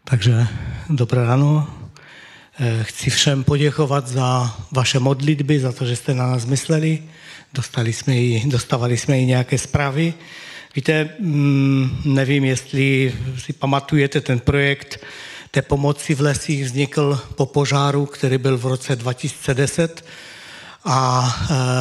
Takže dobré ráno. Chci všem poděkovat za vaše modlitby, za to, že jste na nás mysleli. Dostávali jsme i nějaké zprávy. Víte, nevím, jestli si pamatujete, ten projekt té pomoci v lesích vznikl po požáru, který byl v roce 2010 a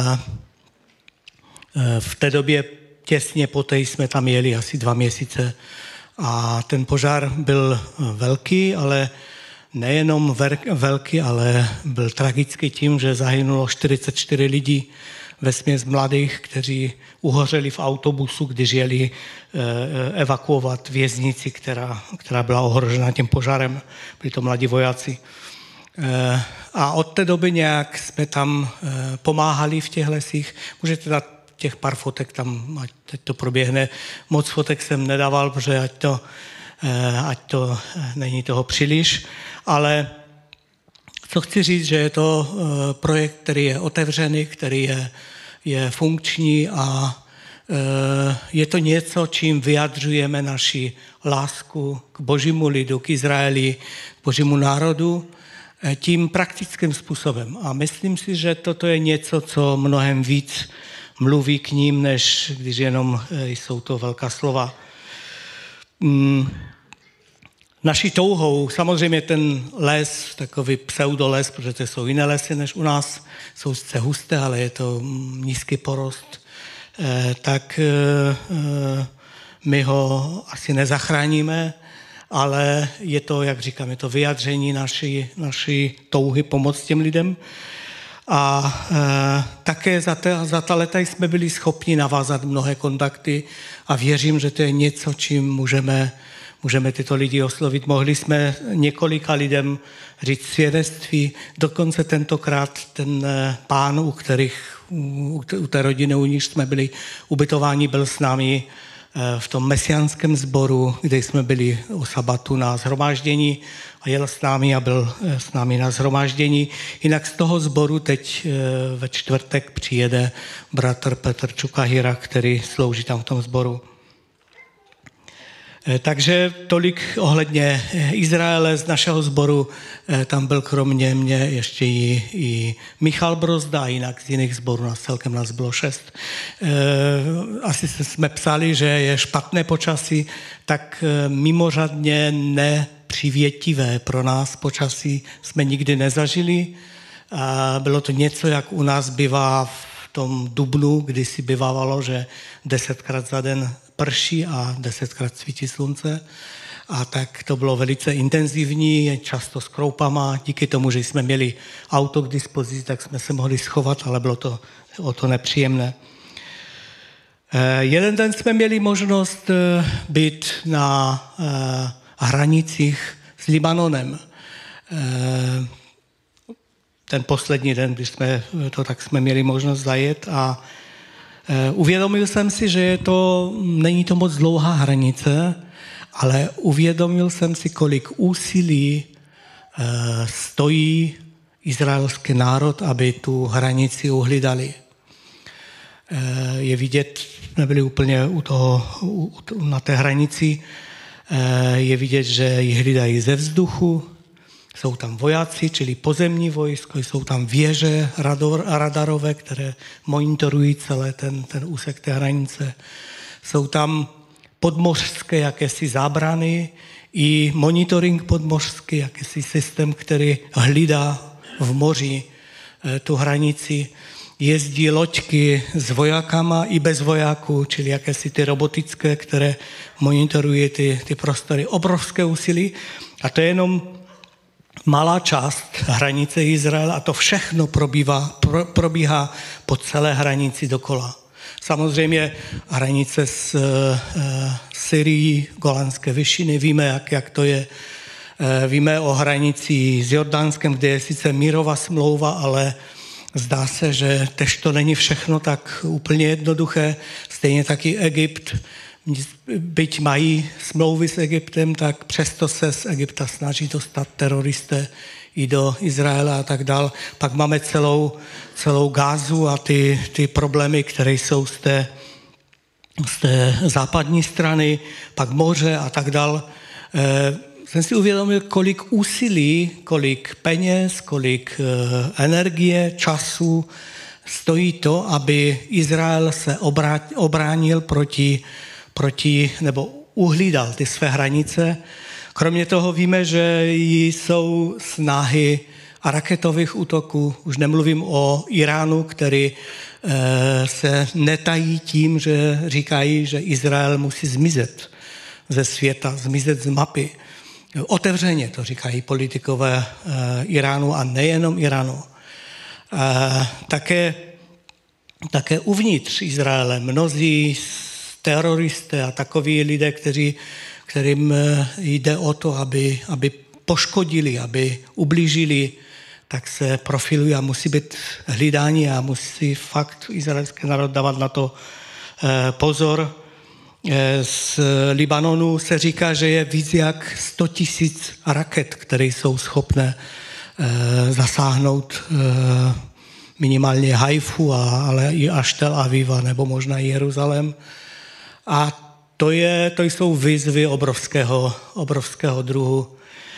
v té době těsně poté jsme tam jeli asi 2 měsíce a ten požár byl velký, ale nejenom velký, ale byl tragický tím, že zahynulo 44 lidí, vesměs mladých, kteří uhořeli v autobusu, když jeli evakuovat věznici, která byla ohrožena tím požárem. Byli to mladí vojáci. A od té doby nějak jsme tam pomáhali v těch lesích. Můžete dát těch pár fotek tam, ať teď to proběhne. Moc fotek jsem nedával, protože ať to není toho příliš, ale co chci říct, že je to projekt, který je otevřený, který je funkční a je to něco, čím vyjadřujeme naši lásku k božímu lidu, k Izraeli, k božímu národu, tím praktickým způsobem. A myslím si, že toto je něco, co mnohem víc mluví k ním, než když jenom jsou to velká slova. Naší touhou, samozřejmě ten les, takový pseudoles, protože to jsou jiné lesy než u nás, jsou sice husté, ale je to nízký porost, tak my ho asi nezachráníme, ale je to, jak říkám, je to vyjádření naší touhy pomoct těm lidem. A také za ta leta jsme byli schopni navázat mnohé kontakty a věřím, že to je něco, čím můžeme tyto lidi oslovit. Mohli jsme několika lidem říct svědectví, dokonce tentokrát ten pán, u té rodiny, u níž jsme byli ubytováni, byl s námi v tom mesiánském sboru, kde jsme byli o sabatu na shromáždění a jel s námi a byl s námi na shromáždění. Jinak z toho sboru teď ve čtvrtek přijede bratr Petr Čukahira, který slouží tam v tom sboru. Takže tolik ohledně Izraele z našeho sboru. Tam byl kromě mě ještě i Michal Brozda, a jinak z jiných sborů celkem nás bylo 6. Asi jsme psali, že je špatné počasí, tak mimořádně nepřivětivé pro nás počasí jsme nikdy nezažili. Bylo to něco, jak u nás bývá v tom dubnu, kdy si bývávalo, že 10krát za den prší a 10krát svítí slunce. A tak to bylo velice intenzivní, často s kroupama. Díky tomu, že jsme měli auto k dispozici, tak jsme se mohli schovat, ale bylo to o to nepříjemné. Jeden den jsme měli možnost být na hranicích s Libanonem. Ten poslední den, když jsme měli možnost zajet a uvědomil jsem si, že není to moc dlouhá hranice, ale uvědomil jsem si, kolik úsilí stojí izraelský národ, aby tu hranici uhlídali. Je vidět, nebyli úplně na té hranici, je vidět, že ji hlídají ze vzduchu, jsou tam vojáci, čili pozemní vojsko, jsou tam věže radarové, které monitorují celé ten úsek té hranice. Jsou tam podmořské jakési zábrany i monitoring podmořský, jakýsi systém, který hlídá v moři tu hranici. Jezdí loďky s vojákama i bez vojáků, čili jakési ty robotické, které monitorují ty prostory. Obrovské úsilí a to je jenom malá část hranice Izraela a to všechno probíhá po celé hranici dokola. Samozřejmě hranice s Syrií, Golanské výšiny, víme, jak to je. Víme o hranici s Jordánskem, kde je sice mírová smlouva, ale zdá se, že tež to není všechno tak úplně jednoduché. Stejně taky Egypt, byť mají smlouvy s Egyptem, tak přesto se z Egypta snaží dostat teroristé i do Izraela a tak dál. Pak máme celou Gázu a ty problémy, které jsou z té západní strany, pak moře a tak dál. jsem si uvědomil, kolik úsilí, kolik peněz, kolik energie, času stojí to, aby Izrael se obránil proti nebo uhlídal ty své hranice. Kromě toho víme, že jsou snahy a raketových útoků. Už nemluvím o Iránu, který se netají tím, že říkají, že Izrael musí zmizet ze světa, zmizet z mapy. Otevřeně to říkají politikové Iránu a nejenom Iránu. Také uvnitř Izraele mnozí teroristé a takoví lidé, kterým jde o to, aby poškodili, aby ublížili, tak se profilují a musí být hlídáni a musí fakt izraelský národ dávat na to pozor. Z Libanonu se říká, že je víc jak 100 000 raket, které jsou schopné zasáhnout minimálně Haifu, ale i až Tel Aviv, nebo možná Jeruzalém. A to jsou výzvy obrovského druhu.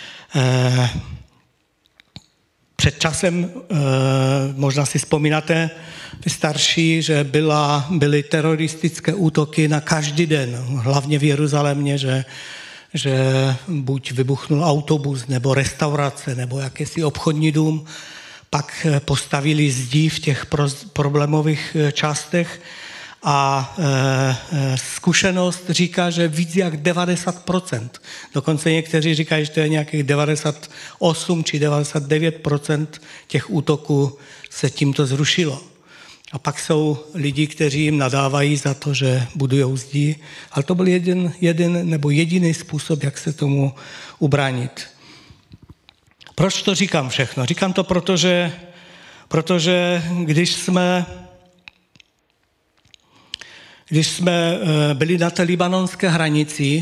Před časem, možná si vzpomínáte, vy starší, že byly teroristické útoky na každý den, hlavně v Jeruzalémě, že buď vybuchnul autobus, nebo restaurace, nebo jakýsi obchodní dům, pak postavili zdi v těch problémových částech a zkušenost říká, že víc jak 90%. Dokonce někteří říkají, že to je nějakých 98 či 99% těch útoků se tímto zrušilo. A pak jsou lidi, kteří jim nadávají za to, že budujou zdi, ale to byl jeden nebo jediný způsob, jak se tomu ubránit. Proč to říkám všechno? Říkám to, protože když jsme byli na té libanonské hranici,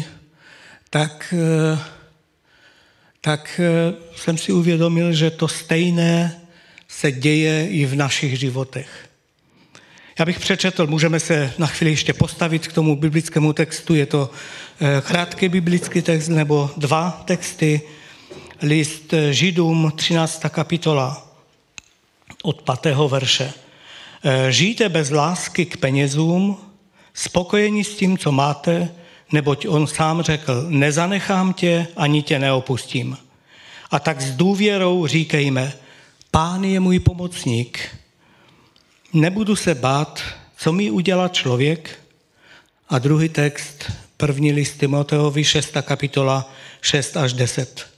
tak jsem si uvědomil, že to stejné se děje i v našich životech. Já bych přečetl, můžeme se na chvíli ještě postavit k tomu biblickému textu, je to krátký biblický text nebo 2 texty, list Židům 13. kapitola od 5. verše. Žijte bez lásky k penězům, spokojeni s tím, co máte, neboť on sám řekl, nezanechám tě, ani tě neopustím. A tak s důvěrou říkejme, Pán je můj pomocník, nebudu se bát, co mi udělá člověk. A druhý text, 1. list Timoteovi, 6. kapitola, 6 až 10.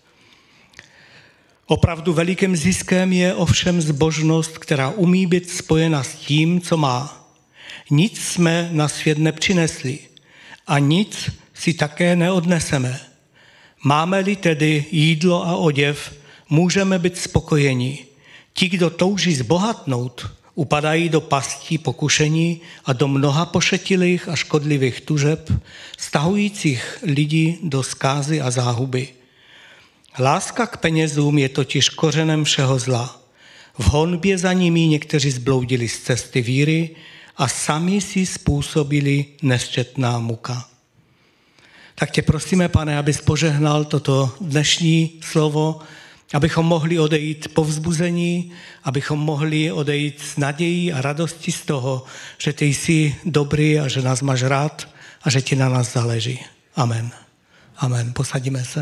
Opravdu velikým ziskem je ovšem zbožnost, která umí být spojena s tím, co má. Nic jsme na svět nepřinesli a nic si také neodneseme. Máme-li tedy jídlo a oděv, můžeme být spokojeni. Ti, kdo touží zbohatnout, upadají do pastí pokušení a do mnoha pošetilých a škodlivých tužeb, stahujících lidi do zkázy a záhuby. Láska k penězům je totiž kořenem všeho zla. V honbě za nimi někteří zbloudili z cesty víry a sami si způsobili nesčetná muka. Tak tě prosíme, Pane, abys požehnal toto dnešní slovo, abychom mohli odejít povzbuzení, abychom mohli odejít s nadějí a radostí z toho, že ty jsi dobrý a že nás máš rád a že ti na nás záleží. Amen. Amen. Posadíme se.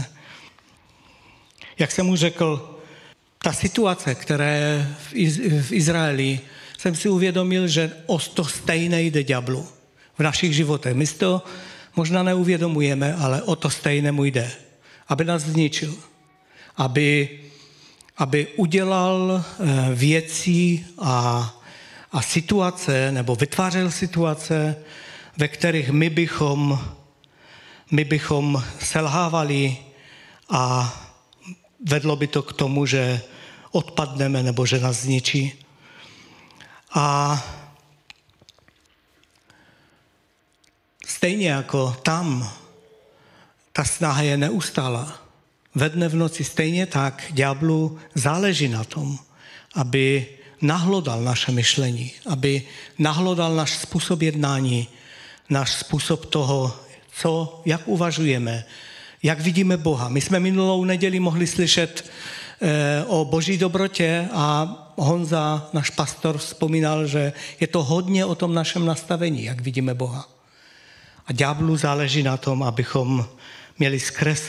Jak jsem už řekl, ta situace, která je v Izraeli, jsem si uvědomil, že o to stejné jde ďáblu v našich životech. My si to možná neuvědomujeme, ale o to stejné mu jde. Aby nás zničil. Aby udělal věci a situace, nebo vytvářel situace, ve kterých my bychom selhávali a vedlo by to k tomu, že odpadneme nebo že nás zničí. A stejně jako tam, ta snaha je neustálá. Ve dne v noci stejně tak ďáblu záleží na tom, aby nahlodal naše myšlení, aby nahlodal náš způsob jednání, náš způsob toho, jak uvažujeme, Jak vidíme Boha? My jsme minulou neděli mohli slyšet o boží dobrotě a Honza, náš pastor, vzpomínal, že je to hodně o tom našem nastavení, jak vidíme Boha. A ďáblu záleží na tom, abychom měli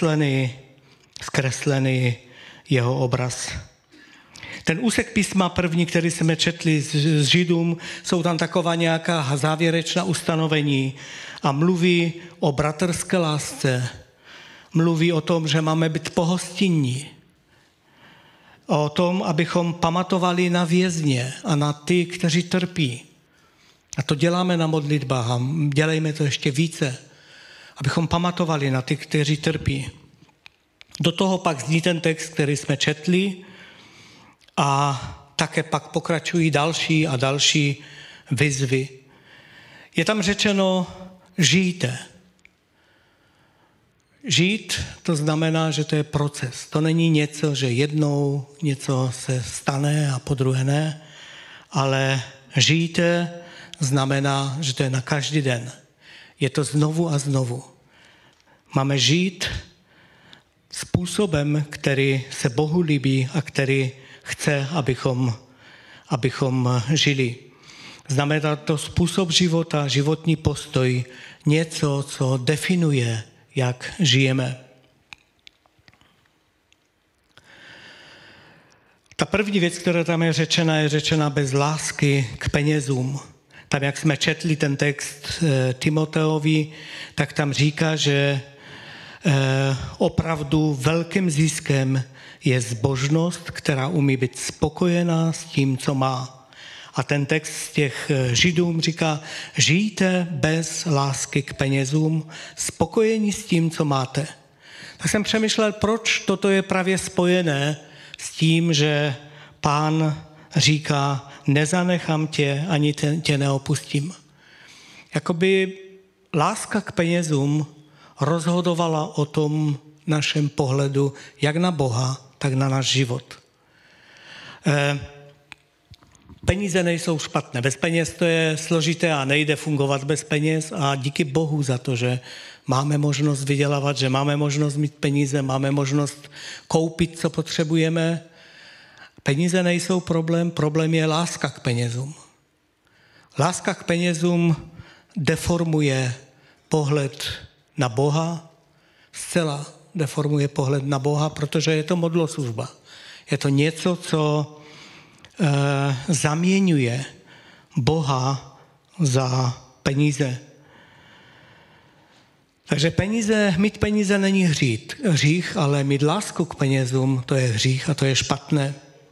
zkreslený jeho obraz. Ten úsek písma první, který jsme četli z Židům, jsou tam taková nějaká závěrečná ustanovení a mluví o bratrské lásce, mluví o tom, že máme být pohostinní, o tom, abychom pamatovali na vězně a na ty, kteří trpí. A to děláme na modlitbách a dělejme to ještě více, abychom pamatovali na ty, kteří trpí. Do toho pak zní ten text, který jsme četli, a také pak pokračují další a další výzvy. Je tam řečeno, žijte. Žít, to znamená, že to je proces. To není něco, že jednou něco se stane a po druhé ne, ale žijte znamená, že to je na každý den. Je to znovu a znovu. Máme žít způsobem, který se Bohu líbí a který chce, abychom žili. Znamená to způsob života, životní postoj, něco, co definuje, jak žijeme. Ta první věc, která tam je řečena bez lásky k penězům. Tam, jak jsme četli ten text Timoteovi, tak tam říká, že opravdu velkým ziskem je zbožnost, která umí být spokojená s tím, co má. A ten text z těch Židům říká, žijte bez lásky k penězům, spokojení s tím, co máte. Tak jsem přemýšlel, proč toto je právě spojené s tím, že Pán říká, nezanechám tě, ani tě neopustím. Jakoby láska k penězům rozhodovala o tom našem pohledu, jak na Boha, tak na náš život. Peníze nejsou špatné. Bez peněz to je složité a nejde fungovat bez peněz a díky Bohu za to, že máme možnost vydělávat, že máme možnost mít peníze, máme možnost koupit, co potřebujeme. Peníze nejsou problém, problém je láska k penězům. Láska k penězům deformuje pohled na Boha, zcela deformuje pohled na Boha, protože je to modloslužba. Je to něco, co zaměňuje Boha za peníze. Takže mít peníze není hřích, ale mít lásku k penězům, to je hřích a to je špatné.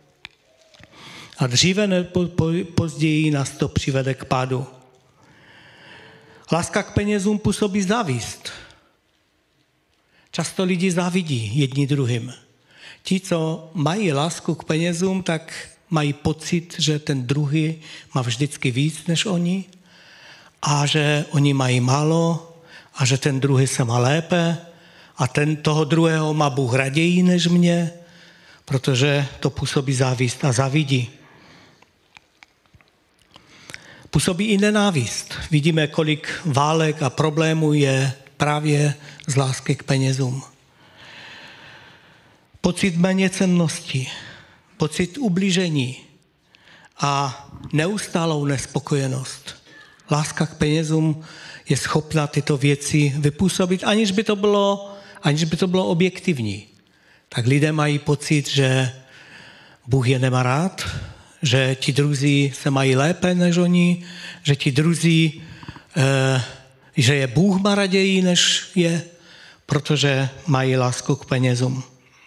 A dříve nebo později nás to přivede k pádu. Láska k penězům působí závist. Často lidi závidí jedni druhým. Ti, co mají lásku k penězům, tak mají pocit, že ten druhý má vždycky víc než oni a že oni mají málo a že ten druhý se má lépe a toho druhého má Bůh raději než mě, protože to působí závist a závidí. Působí i nenávist. Vidíme, kolik válek a problémů je právě z lásky k penězům. Pocit méněcennosti, pocit ublížení a neustálou nespokojenost. Láska k penězům je schopna tyto věci vypůsobit, aniž by to bylo objektivní. Tak lidé mají pocit, že Bůh je nemá rád, že ti druzí se mají lépe než oni, že ti druzí, že je Bůh má raději než je, protože mají lásku k penězům.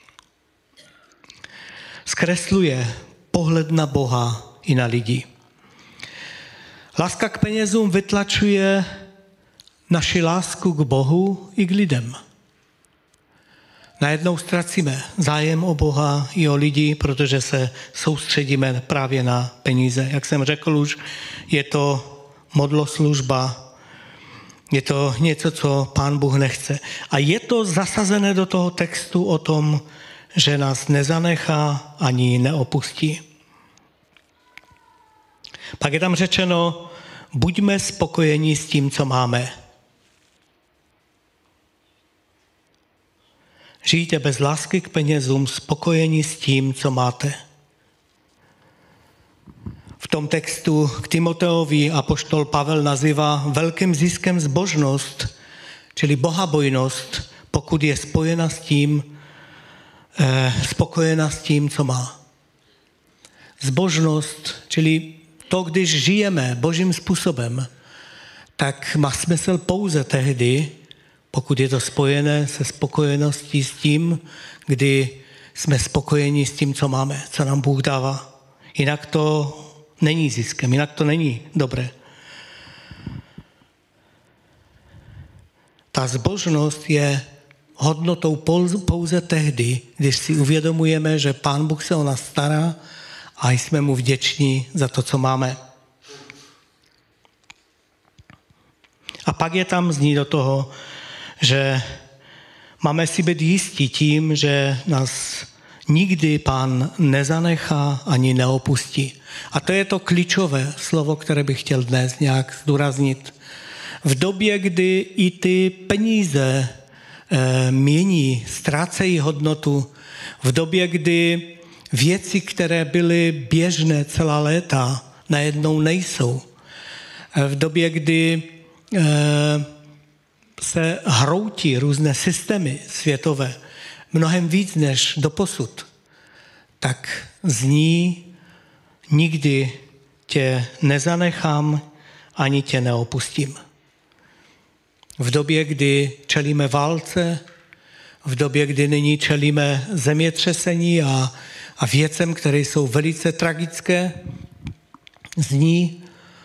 Zkresluje pohled na Boha i na lidi. Láska k penězům vytlačuje naši lásku k Bohu i k lidem. Najednou ztracíme zájem o Boha i o lidi, protože se soustředíme právě na peníze. Jak jsem řekl už, je to modloslužba, je to něco, co Pán Bůh nechce. A je to zasazené do toho textu o tom, že nás nezanechá ani neopustí. Pak je tam řečeno, buďme spokojeni s tím, co máme. Žijte bez lásky k penězům, spokojení s tím, co máte. V tom textu k Timoteovi apoštol Pavel nazývá velkým ziskem zbožnost, čili bohabojnost, pokud je spokojena s tím, co má. Zbožnost, čili to, když žijeme božím způsobem, tak má smysl pouze tehdy, pokud je to spojené se spokojeností s tím, kdy jsme spokojeni s tím, co máme, co nám Bůh dává. Jinak to není ziskem, jinak to není dobré. Ta zbožnost je hodnotou pouze tehdy, když si uvědomujeme, že Pán Bůh se o nás stará a jsme mu vděční za to, co máme. A pak je tam zní do toho, že máme si být jistí tím, že nás nikdy Pán nezanechá ani neopustí. A to je to klíčové slovo, které bych chtěl dnes nějak zdůraznit. V době, kdy i ty peníze mění, ztrácejí hodnotu, v době, kdy věci, které byly běžné celá léta, najednou nejsou. V době, kdy se hroutí různé systémy světové, mnohem víc než doposud, tak zní: nikdy tě nezanechám, ani tě neopustím. V době, kdy čelíme válce, v době, kdy nyní čelíme zemětřesení a věcem, které jsou velice tragické, zní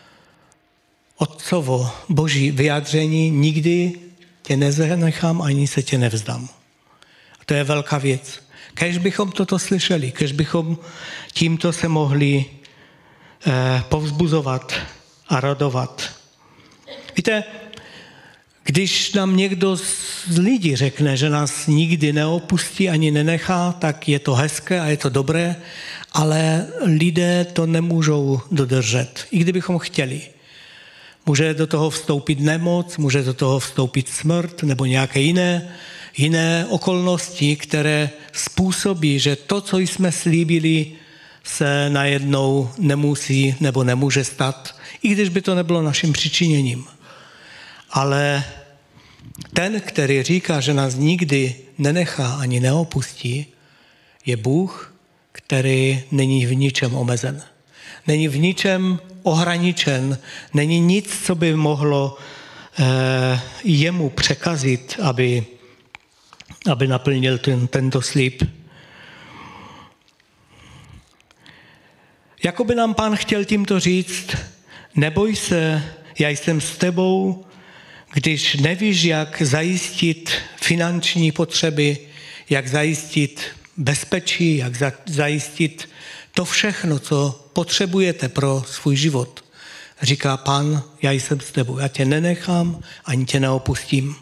Otcovo boží vyjádření: nikdy tě nezanechám, ani se tě nevzdám. A to je velká věc. Kéž bychom toto slyšeli, kéž bychom tímto se mohli povzbuzovat a radovat. Víte, když nám někdo z lidí řekne, že nás nikdy neopustí ani nenechá, tak je to hezké a je to dobré, ale lidé to nemůžou dodržet, i kdybychom chtěli. Může do toho vstoupit nemoc, může do toho vstoupit smrt nebo nějaké jiné okolnosti, které způsobí, že to, co jsme slíbili, se najednou nemusí nebo nemůže stát, i když by to nebylo naším přičiněním. Ale ten, který říká, že nás nikdy nenechá ani neopustí, je Bůh, který není v ničem omezen. Není v ničem ohraničen, není nic, co by mohlo jemu překazit, aby naplnil tento slib. Jakoby nám Pán chtěl tímto říct: neboj se, já jsem s tebou, když nevíš, jak zajistit finanční potřeby, jak zajistit bezpečí, jak zajistit to všechno, co potřebujete pro svůj život. Říká Pán: já jsem s tebou, já tě nenechám, ani tě neopustím.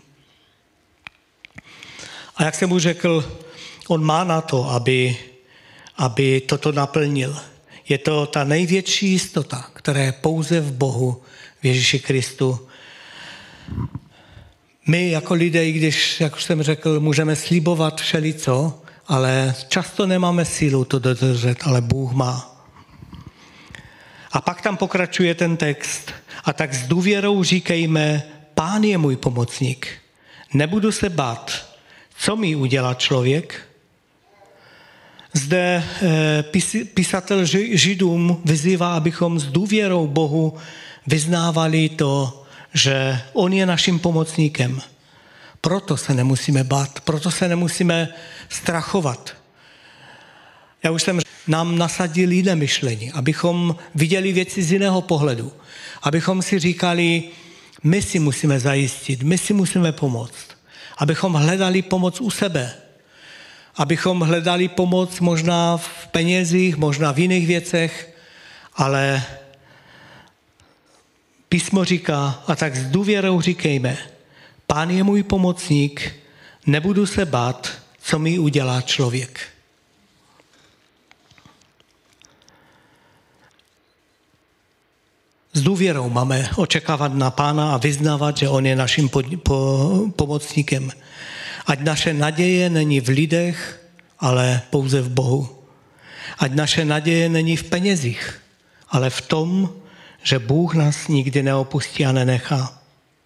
A jak jsem mu řekl, on má na to, aby toto naplnil. Je to ta největší jistota, která je pouze v Bohu, v Ježíši Kristu. My jako lidé, i když, jak už jsem řekl, můžeme slibovat všelico, ale často nemáme sílu to dodržet, ale Bůh má. A pak tam pokračuje ten text. A tak s důvěrou říkejme: Pán je můj pomocník. Nebudu se bát. Co mi udělá člověk? Zde pisatel Židům vyzývá, abychom s důvěrou Bohu vyznávali to, že on je naším pomocníkem. Proto se nemusíme bát, proto se nemusíme strachovat. Já už jsem nám nasadil jiné myšlení, abychom viděli věci z jiného pohledu. Abychom si říkali: my si musíme zajistit, my si musíme pomoct. Abychom hledali pomoc u sebe. Abychom hledali pomoc možná v penězích, možná v jiných věcech, ale písmo říká: a tak s důvěrou říkejme: Pán je můj pomocník, nebudu se bát, co mi udělá člověk. S důvěrou máme očekávat na Pána a vyznávat, že on je naším pomocníkem. Ať naše naděje není v lidech, ale pouze v Bohu. Ať naše naděje není v penězích, ale v tom, že Bůh nás nikdy neopustí a nenechá.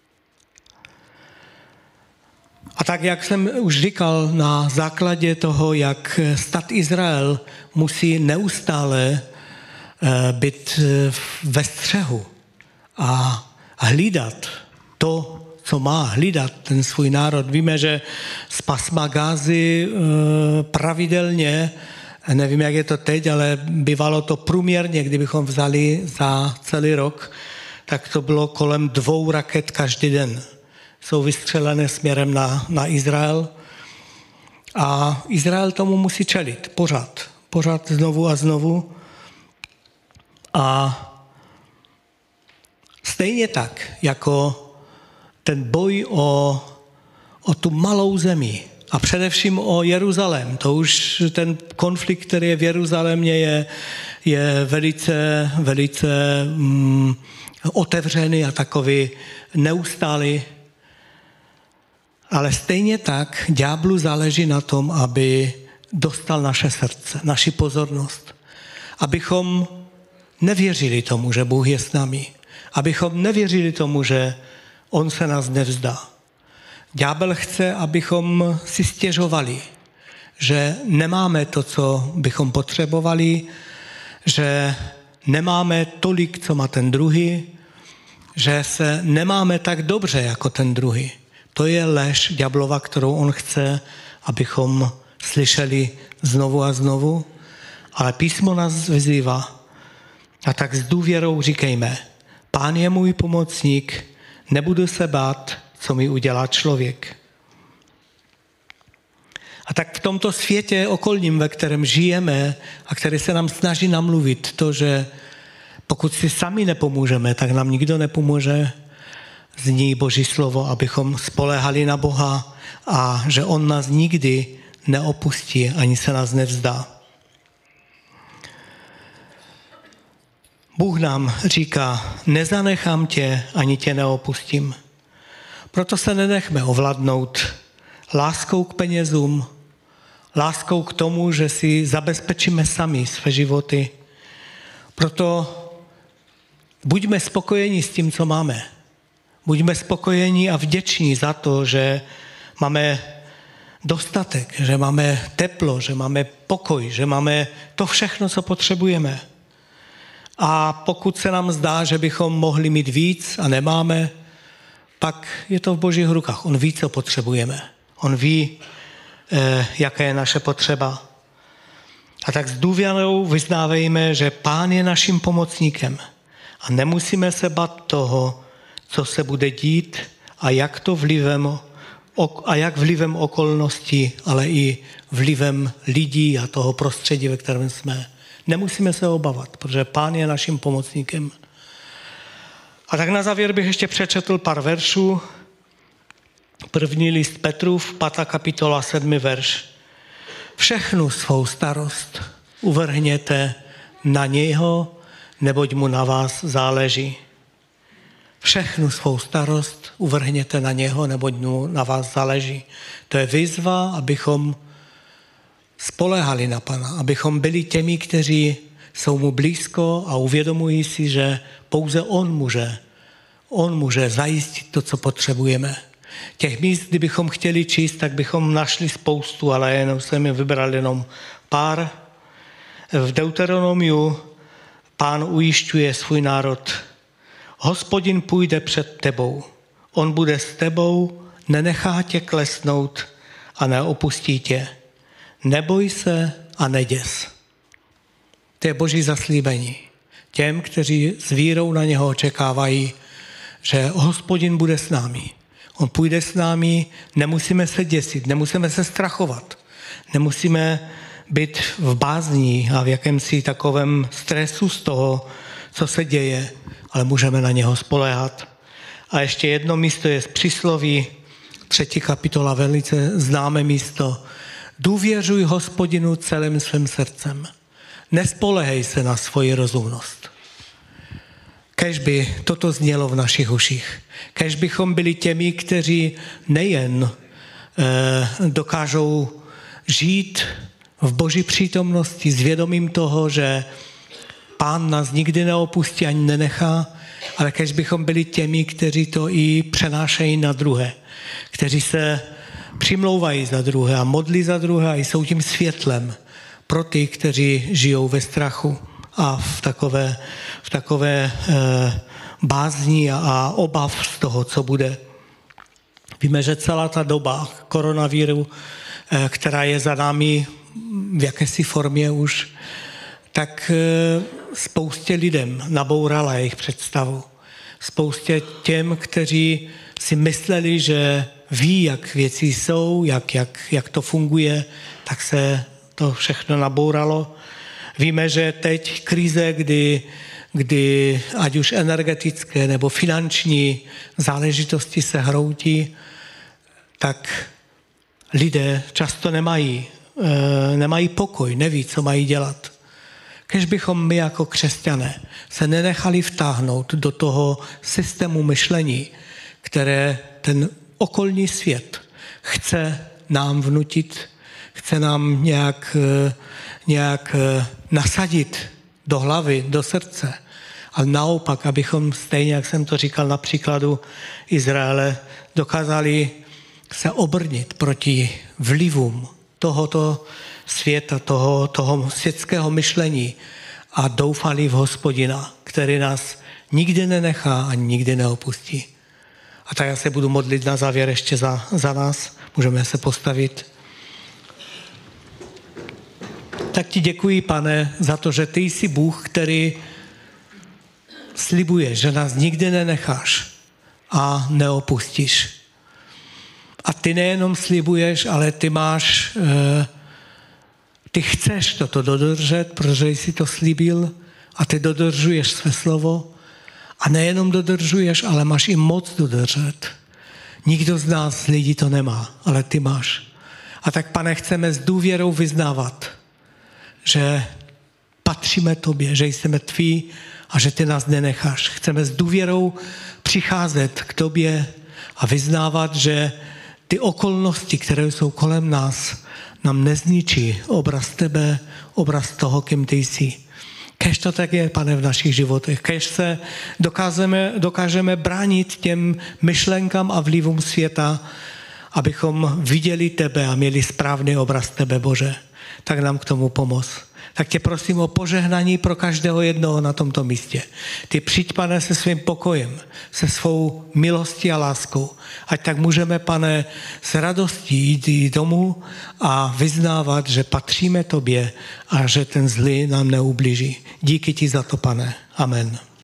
A tak, jak jsem už říkal, na základě toho, jak stát Izrael musí neustále být ve střehu a hlídat to, co má hlídat ten svůj národ. Víme, že z pásma Gázy pravidelně, nevím, jak je to teď, ale bývalo to průměrně, kdybychom vzali za celý rok, tak to bylo kolem 2 raket každý den. Jsou vystřelené směrem na Izrael. A Izrael tomu musí čelit pořád znovu a znovu. A stejně tak, jako ten boj o tu malou zemi a především o Jeruzalém. To už ten konflikt, který je v Jeruzalémě, je velice otevřený a takový neustálý. Ale stejně tak ďáblu záleží na tom, aby dostal naše srdce, naši pozornost. Abychom nevěřili tomu, že Bůh je s námi. Abychom nevěřili tomu, že on se nás nevzdá. Ďábel chce, abychom si stěžovali, že nemáme to, co bychom potřebovali, že nemáme tolik, co má ten druhý, že se nemáme tak dobře jako ten druhý. To je lež ďáblova, kterou on chce, abychom slyšeli znovu a znovu. Ale písmo nás vyzývá. A tak s důvěrou říkejme, Pán je můj pomocník, nebudu se bát, co mi udělá člověk. A tak v tomto světě okolním, ve kterém žijeme a který se nám snaží namluvit to, že pokud si sami nepomůžeme, tak nám nikdo nepomůže, zní Boží slovo, abychom spoléhali na Boha a že on nás nikdy neopustí, ani se nás nevzdá. Bůh nám říká, nezanechám tě, ani tě neopustím. Proto se nenechme ovládnout láskou k penězům, láskou k tomu, že si zabezpečíme sami své životy. Proto buďme spokojeni s tím, co máme. Buďme spokojeni a vděční za to, že máme dostatek, že máme teplo, že máme pokoj, že máme to všechno, co potřebujeme. A pokud se nám zdá, že bychom mohli mít víc a nemáme, pak je to v Božích rukách. On ví, co potřebujeme. On ví, jaká je naše potřeba. A tak s důvěrou vyznávejme, že Pán je naším pomocníkem a nemusíme se bát toho, co se bude dít a jak vlivem okolností, ale i vlivem lidí a toho prostředí, ve kterém jsme. Nemusíme se obávat, protože Pán je naším pomocníkem. A tak na závěr bych ještě přečetl pár veršů. První list Petrův, 5. kapitola, 7. verš. Všechnu svou starost uvrhněte na něho, neboť mu na vás záleží. Všechnu svou starost uvrhněte na něho, neboť mu na vás záleží. To je výzva, abychom spoléhali na Pana, abychom byli těmi, kteří jsou mu blízko a uvědomují si, že pouze on může zajistit to, co potřebujeme. Těch míst, kdybychom chtěli číst, tak bychom našli spoustu, ale jenom jsem je vybral jenom pár. V Deuteronomiu Pán ujišťuje svůj národ. Hospodin půjde před tebou. On bude s tebou, nenechá tě klesnout a neopustí tě. Neboj se a neděs. To je Boží zaslíbení. Těm, kteří s vírou na něho očekávají, že Hospodin bude s námi. On půjde s námi, nemusíme se děsit, nemusíme se strachovat, nemusíme být v bázni a v jakémsi takovém stresu z toho, co se děje, ale můžeme na něho spoléhat. A ještě jedno místo je z Přísloví, 3. kapitola, velice známé místo. Důvěřuj Hospodinu celým svým srdcem. Nespoléhej se na svoji rozumnost. Kéž by toto znělo v našich uších. Kéž bychom byli těmi, kteří nejen dokážou žít v Boží přítomnosti s vědomím toho, že Pán nás nikdy neopustí ani nenechá, ale kež bychom byli těmi, kteří to i přenášejí na druhé, kteří se přimlouvají za druhé a modlí za druhé a jsou tím světlem pro ty, kteří žijou ve strachu a v takové bázni a obav z toho, co bude. Víme, že celá ta doba koronaviru, která je za námi v jakési formě už, tak spoustě lidem nabourala jejich představu. Spoustě těm, kteří si mysleli, že ví, jak věci jsou, jak to funguje, tak se to všechno nabouralo. Víme, že teď krize, kdy ať už energetické nebo finanční záležitosti se hroutí, tak lidé často nemají pokoj, neví, co mají dělat. Kež bychom my jako křesťané se nenechali vtáhnout do toho systému myšlení, které ten okolní svět chce nám vnutit, chce nám nějak nasadit do hlavy, do srdce. Ale naopak, abychom stejně, jak jsem to říkal na příkladu Izraele, dokázali se obrnit proti vlivům tohoto světa, toho světského myšlení a doufali v Hospodina, který nás nikdy nenechá a nikdy neopustí. A tak já se budu modlit na závěr ještě za nás. Můžeme se postavit. Tak ti děkuji, Pane, za to, že ty jsi Bůh, který slibuje, že nás nikdy nenecháš a neopustíš. A ty nejenom slibuješ, ale ty chceš toto dodržet, protože jsi to slíbil a ty dodržuješ své slovo. A nejenom dodržuješ, ale máš i moc dodržet. Nikdo z nás lidí to nemá, ale ty máš. A tak, Pane, chceme s důvěrou vyznávat, že patříme tobě, že jsme tví a že ty nás nenecháš. Chceme s důvěrou přicházet k tobě a vyznávat, že ty okolnosti, které jsou kolem nás, nám nezničí obraz tebe, obraz toho, kým ty jsi. Kéž to tak je, Pane, v našich životech. Kéž se dokážeme bránit těm myšlenkám a vlivům světa, abychom viděli tebe a měli správný obraz tebe, Bože. Tak nám k tomu pomoz. Tak tě prosím o požehnání pro každého jednoho na tomto místě. Ty přijď, Pane, se svým pokojem, se svou milostí a láskou. Ať tak můžeme, Pane, s radostí jít domů a vyznávat, že patříme tobě a že ten zlý nám neublíží. Díky ti za to, Pane. Amen.